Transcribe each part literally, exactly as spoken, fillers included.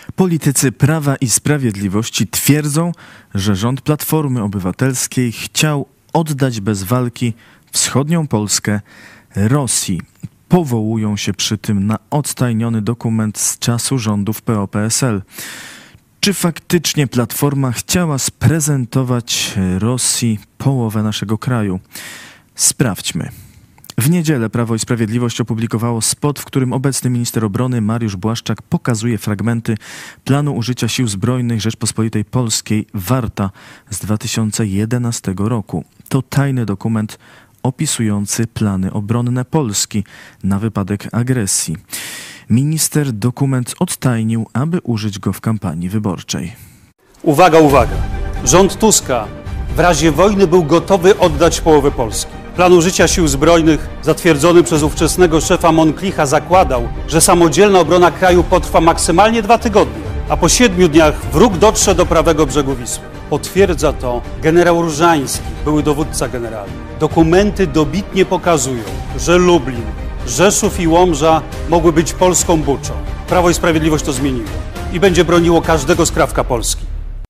Politycy Prawa i Sprawiedliwości twierdzą, że rząd Platformy Obywatelskiej chciał oddać bez walki wschodnią Polskę Rosji. Powołują się przy tym na odtajniony dokument z czasu rządów P O P S L. Czy faktycznie Platforma chciała sprezentować Rosji połowę naszego kraju? Sprawdźmy. W niedzielę Prawo i Sprawiedliwość opublikowało spot, w którym obecny minister obrony Mariusz Błaszczak pokazuje fragmenty planu użycia sił zbrojnych Rzeczpospolitej Polskiej Warta z dwa tysiące jedenastego roku. To tajny dokument opisujący plany obronne Polski na wypadek agresji. Minister dokument odtajnił, aby użyć go w kampanii wyborczej. Uwaga, uwaga! Rząd Tuska w razie wojny był gotowy oddać połowę Polski. Plan użycia sił zbrojnych zatwierdzony przez ówczesnego szefa Monclicha zakładał, że samodzielna obrona kraju potrwa maksymalnie dwa tygodnie, a po siedmiu dniach wróg dotrze do prawego brzegu Wisły. Potwierdza to generał Różański, były dowódca generalny. Dokumenty dobitnie pokazują, że Lublin, Rzeszów i Łomża mogły być polską Buczą. Prawo i Sprawiedliwość to zmieniło i będzie broniło każdego skrawka Polski.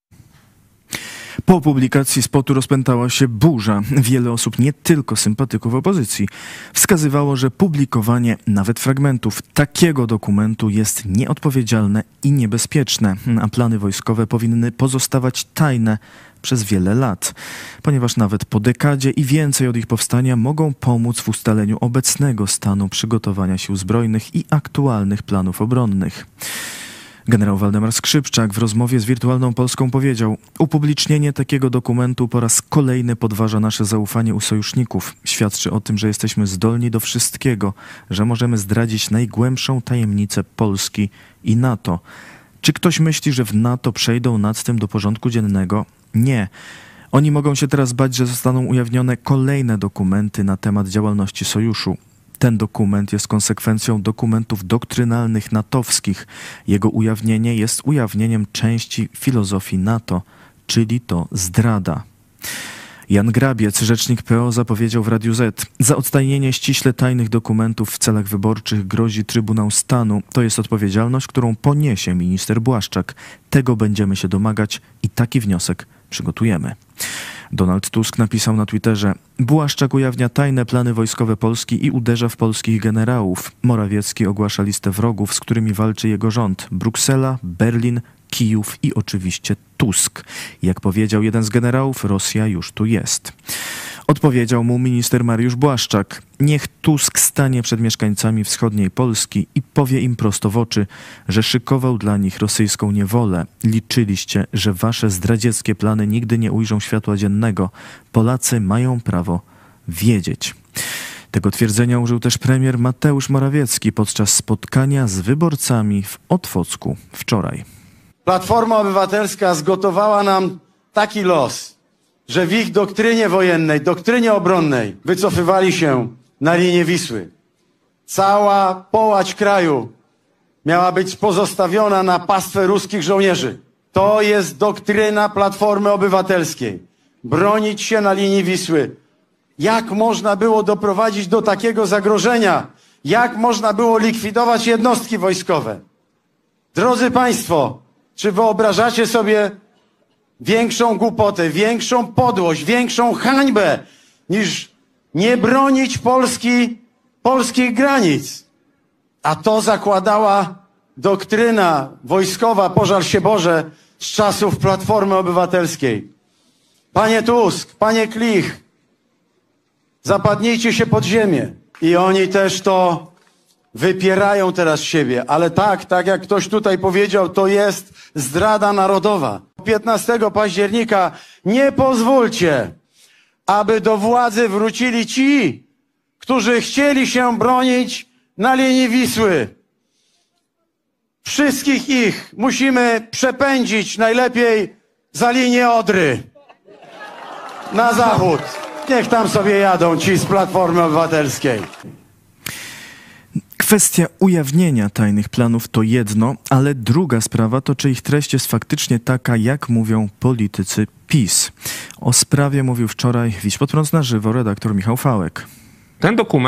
Po publikacji spotu rozpętała się burza. Wiele osób, nie tylko sympatyków opozycji, wskazywało, że publikowanie nawet fragmentów takiego dokumentu jest nieodpowiedzialne i niebezpieczne, a plany wojskowe powinny pozostawać tajne przez wiele lat, ponieważ nawet po dekadzie i więcej od ich powstania mogą pomóc w ustaleniu obecnego stanu przygotowania sił zbrojnych i aktualnych planów obronnych. Generał Waldemar Skrzypczak w rozmowie z Wirtualną Polską powiedział: upublicznienie takiego dokumentu po raz kolejny podważa nasze zaufanie u sojuszników. Świadczy o tym, że jesteśmy zdolni do wszystkiego, że możemy zdradzić najgłębszą tajemnicę Polski i NATO. Czy ktoś myśli, że w NATO przejdą nad tym do porządku dziennego? Nie. Oni mogą się teraz bać, że zostaną ujawnione kolejne dokumenty na temat działalności sojuszu. Ten dokument jest konsekwencją dokumentów doktrynalnych natowskich. Jego ujawnienie jest ujawnieniem części filozofii NATO, czyli to zdrada. Jan Grabiec, rzecznik P O, zapowiedział w Radiu Z: za odtajnienie ściśle tajnych dokumentów w celach wyborczych grozi Trybunał Stanu. To jest odpowiedzialność, którą poniesie minister Błaszczak. Tego będziemy się domagać i taki wniosek przygotujemy. Donald Tusk napisał na Twitterze: Błaszczak ujawnia tajne plany wojskowe Polski i uderza w polskich generałów. Morawiecki ogłasza listę wrogów, z którymi walczy jego rząd. Bruksela, Berlin, Kijów i oczywiście Tusk. Jak powiedział jeden z generałów, Rosja już tu jest. Odpowiedział mu minister Mariusz Błaszczak: niech Tusk stanie przed mieszkańcami wschodniej Polski i powie im prosto w oczy, że szykował dla nich rosyjską niewolę. Liczyliście, że wasze zdradzieckie plany nigdy nie ujrzą światła dziennego. Polacy mają prawo wiedzieć. Tego twierdzenia użył też premier Mateusz Morawiecki podczas spotkania z wyborcami w Otwocku wczoraj. Platforma Obywatelska zgotowała nam taki los, że w ich doktrynie wojennej, doktrynie obronnej wycofywali się na linię Wisły. Cała połać kraju miała być pozostawiona na pastwę ruskich żołnierzy. To jest doktryna Platformy Obywatelskiej. Bronić się na linii Wisły. Jak można było doprowadzić do takiego zagrożenia? Jak można było likwidować jednostki wojskowe? Drodzy Państwo, czy wyobrażacie sobie większą głupotę, większą podłość, większą hańbę niż nie bronić Polski, polskich granic? A to zakładała doktryna wojskowa, pożal się Boże, z czasów Platformy Obywatelskiej. Panie Tusk, panie Klich, zapadnijcie się pod ziemię. I oni też to wypierają teraz z siebie. Ale tak, tak jak ktoś tutaj powiedział, to jest zdrada narodowa. piętnastego października nie pozwólcie, aby do władzy wrócili ci, którzy chcieli się bronić na linii Wisły. Wszystkich ich musimy przepędzić najlepiej za linię Odry. Na zachód. Niech tam sobie jadą ci z Platformy Obywatelskiej. Kwestia ujawnienia tajnych planów to jedno, ale druga sprawa to, czy ich treść jest faktycznie taka, jak mówią politycy PiS. O sprawie mówił wczoraj w Idź pod prąd na żywo redaktor Michał Fałek. Ten dokument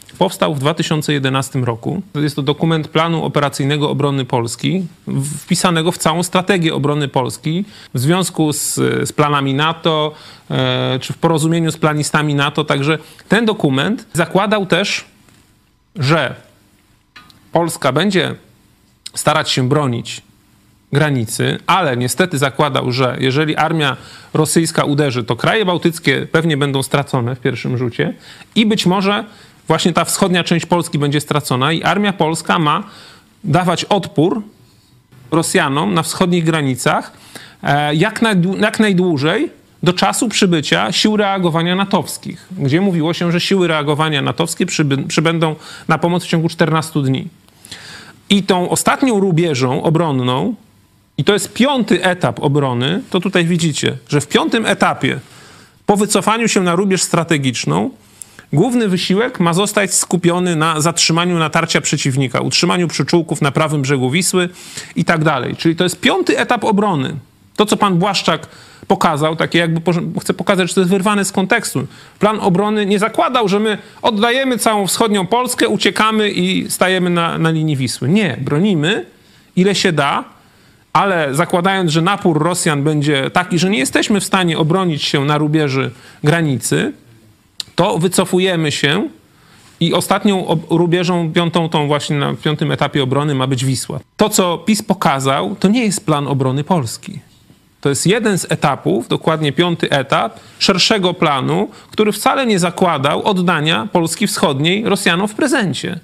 powstał w dwa tysiące jedenastym roku. Jest to dokument planu operacyjnego obrony Polski, wpisanego w całą strategię obrony Polski w związku z, z planami NATO, e, czy w porozumieniu z planistami NATO. Także ten dokument zakładał też, że Polska będzie starać się bronić granicy, ale niestety zakładał, że jeżeli armia rosyjska uderzy, to kraje bałtyckie pewnie będą stracone w pierwszym rzucie i być może właśnie ta wschodnia część Polski będzie stracona i armia polska ma dawać odpór Rosjanom na wschodnich granicach jak, najdłu- jak najdłużej do czasu przybycia sił reagowania natowskich, gdzie mówiło się, że siły reagowania natowskie przyby- przybędą na pomoc w ciągu czternastu dni. I tą ostatnią rubieżą obronną, i to jest piąty etap obrony, to tutaj widzicie, że w piątym etapie po wycofaniu się na rubież strategiczną główny wysiłek ma zostać skupiony na zatrzymaniu natarcia przeciwnika, utrzymaniu przyczółków na prawym brzegu Wisły i tak dalej. Czyli to jest piąty etap obrony. To, co pan Błaszczak pokazał, takie jakby chcę pokazać, że to jest wyrwane z kontekstu. Plan obrony nie zakładał, że my oddajemy całą wschodnią Polskę, uciekamy i stajemy na, na linii Wisły. Nie, bronimy ile się da, ale zakładając, że napór Rosjan będzie taki, że nie jesteśmy w stanie obronić się na rubieży granicy, to wycofujemy się i ostatnią ob- rubieżą, piątą, tą właśnie na piątym etapie obrony ma być Wisła. To, co PiS pokazał, to nie jest plan obrony Polski. To jest jeden z etapów, dokładnie piąty etap, szerszego planu, który wcale nie zakładał oddania Polski Wschodniej Rosjanom w prezencie.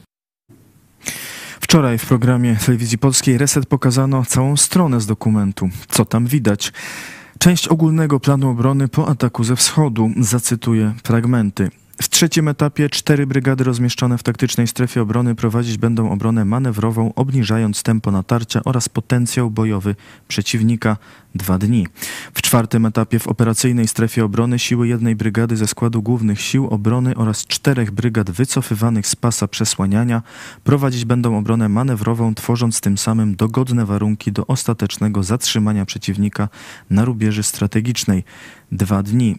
Wczoraj w programie Telewizji Polskiej Reset pokazano całą stronę z dokumentu. Co tam widać? Część ogólnego planu obrony po ataku ze wschodu. Zacytuję fragmenty. W trzecim etapie cztery brygady rozmieszczone w taktycznej strefie obrony prowadzić będą obronę manewrową, obniżając tempo natarcia oraz potencjał bojowy przeciwnika. Dwa dni. W czwartym etapie w operacyjnej strefie obrony siły jednej brygady ze składu głównych sił obrony oraz czterech brygad wycofywanych z pasa przesłaniania prowadzić będą obronę manewrową, tworząc tym samym dogodne warunki do ostatecznego zatrzymania przeciwnika na rubieży strategicznej. Dwa dni.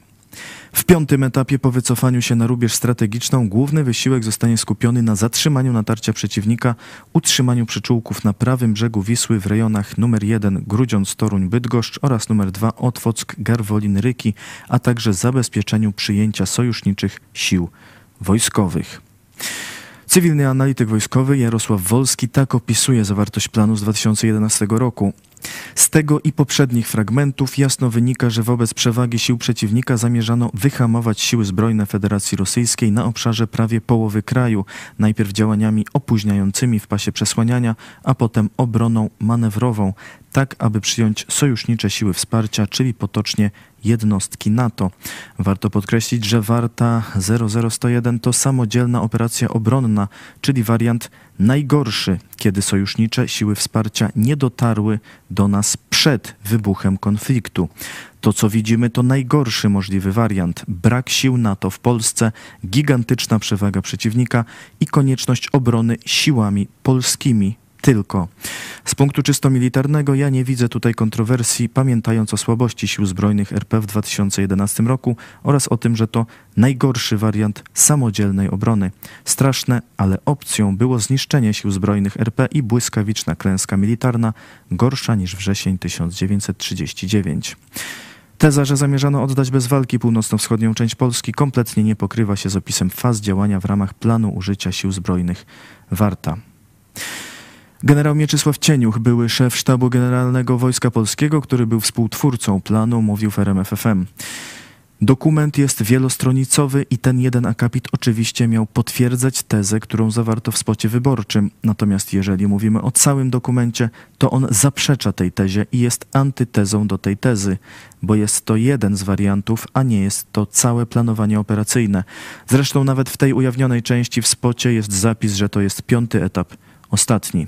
W piątym etapie po wycofaniu się na rubież strategiczną główny wysiłek zostanie skupiony na zatrzymaniu natarcia przeciwnika, utrzymaniu przyczółków na prawym brzegu Wisły w rejonach numer jeden Grudziądz-Toruń-Bydgoszcz oraz numer dwa Otwock-Garwolin-Ryki, a także zabezpieczeniu przyjęcia sojuszniczych sił wojskowych. Cywilny analityk wojskowy Jarosław Wolski tak opisuje zawartość planu z dwa tysiące jedenastego roku. Z tego i poprzednich fragmentów jasno wynika, że wobec przewagi sił przeciwnika zamierzano wyhamować siły zbrojne Federacji Rosyjskiej na obszarze prawie połowy kraju, najpierw działaniami opóźniającymi w pasie przesłaniania, a potem obroną manewrową, tak aby przyjąć sojusznicze siły wsparcia, czyli potocznie jednostki NATO. Warto podkreślić, że Warta zero zero sto jeden to samodzielna operacja obronna, czyli wariant najgorszy, kiedy sojusznicze siły wsparcia nie dotarły do nas przed wybuchem konfliktu. To, co widzimy, to najgorszy możliwy wariant. Brak sił NATO w Polsce, gigantyczna przewaga przeciwnika i konieczność obrony siłami polskimi tylko. Z punktu czysto militarnego ja nie widzę tutaj kontrowersji, pamiętając o słabości sił zbrojnych R P w dwa tysiące jedenastym roku oraz o tym, że to najgorszy wariant samodzielnej obrony. Straszne, ale opcją było zniszczenie sił zbrojnych R P i błyskawiczna klęska militarna, gorsza niż wrzesień tysiąc dziewięćset trzydziesty dziewiąty. Teza, że zamierzano oddać bez walki północno-wschodnią część Polski, kompletnie nie pokrywa się z opisem faz działania w ramach planu użycia sił zbrojnych Warta. Generał Mieczysław Cieniuch, były szef Sztabu Generalnego Wojska Polskiego, który był współtwórcą planu, mówił w R M F F M. Dokument jest wielostronicowy i ten jeden akapit oczywiście miał potwierdzać tezę, którą zawarto w spocie wyborczym. Natomiast jeżeli mówimy o całym dokumencie, to on zaprzecza tej tezie i jest antytezą do tej tezy, bo jest to jeden z wariantów, a nie jest to całe planowanie operacyjne. Zresztą nawet w tej ujawnionej części w spocie jest zapis, że to jest piąty etap, ostatni.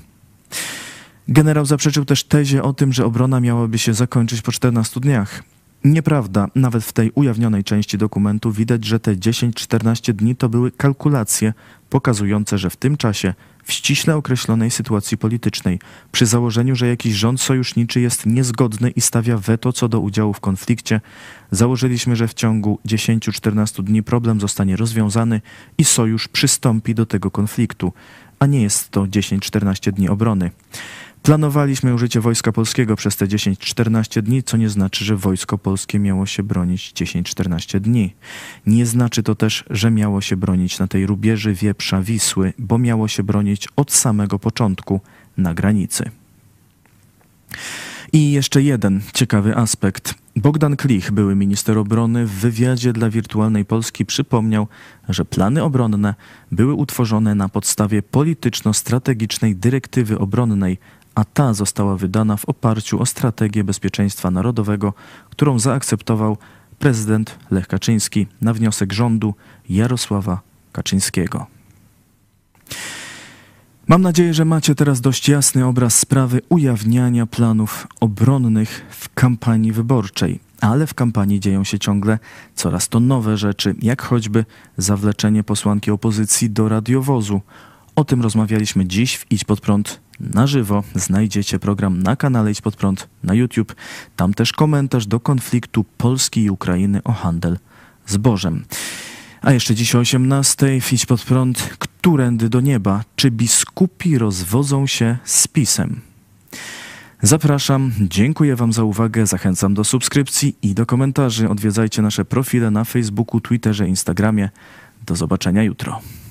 Generał zaprzeczył też tezie o tym, że obrona miałaby się zakończyć po czternastu dniach. Nieprawda, nawet w tej ujawnionej części dokumentu widać, że te dziesięć czternaście dni to były kalkulacje pokazujące, że w tym czasie, w ściśle określonej sytuacji politycznej, przy założeniu, że jakiś rząd sojuszniczy jest niezgodny i stawia weto co do udziału w konflikcie, założyliśmy, że w ciągu dziesięć do czternastu dni problem zostanie rozwiązany i sojusz przystąpi do tego konfliktu, a nie jest to dziesięć do czternastu dni obrony. Planowaliśmy użycie Wojska Polskiego przez te dziesięć do czternastu dni, co nie znaczy, że Wojsko Polskie miało się bronić dziesięć do czternastu dni. Nie znaczy to też, że miało się bronić na tej rubieży Wieprza Wisły, bo miało się bronić od samego początku na granicy. I jeszcze jeden ciekawy aspekt. Bogdan Klich, były minister obrony, w wywiadzie dla Wirtualnej Polski przypomniał, że plany obronne były utworzone na podstawie polityczno-strategicznej dyrektywy obronnej, a ta została wydana w oparciu o strategię bezpieczeństwa narodowego, którą zaakceptował prezydent Lech Kaczyński na wniosek rządu Jarosława Kaczyńskiego. Mam nadzieję, że macie teraz dość jasny obraz sprawy ujawniania planów obronnych w kampanii wyborczej. Ale w kampanii dzieją się ciągle coraz to nowe rzeczy, jak choćby zawleczenie posłanki opozycji do radiowozu. O tym rozmawialiśmy dziś w Idź Pod Prąd na żywo. Znajdziecie program na kanale Idź Pod Prąd na YouTube. Tam też komentarz do konfliktu Polski i Ukrainy o handel zbożem. A jeszcze dziś o osiemnastej w Idź Pod Prąd, którędy do nieba, czy biskupi rozwodzą się z PiS-em? Zapraszam, dziękuję wam za uwagę, zachęcam do subskrypcji i do komentarzy. Odwiedzajcie nasze profile na Facebooku, Twitterze, Instagramie. Do zobaczenia jutro.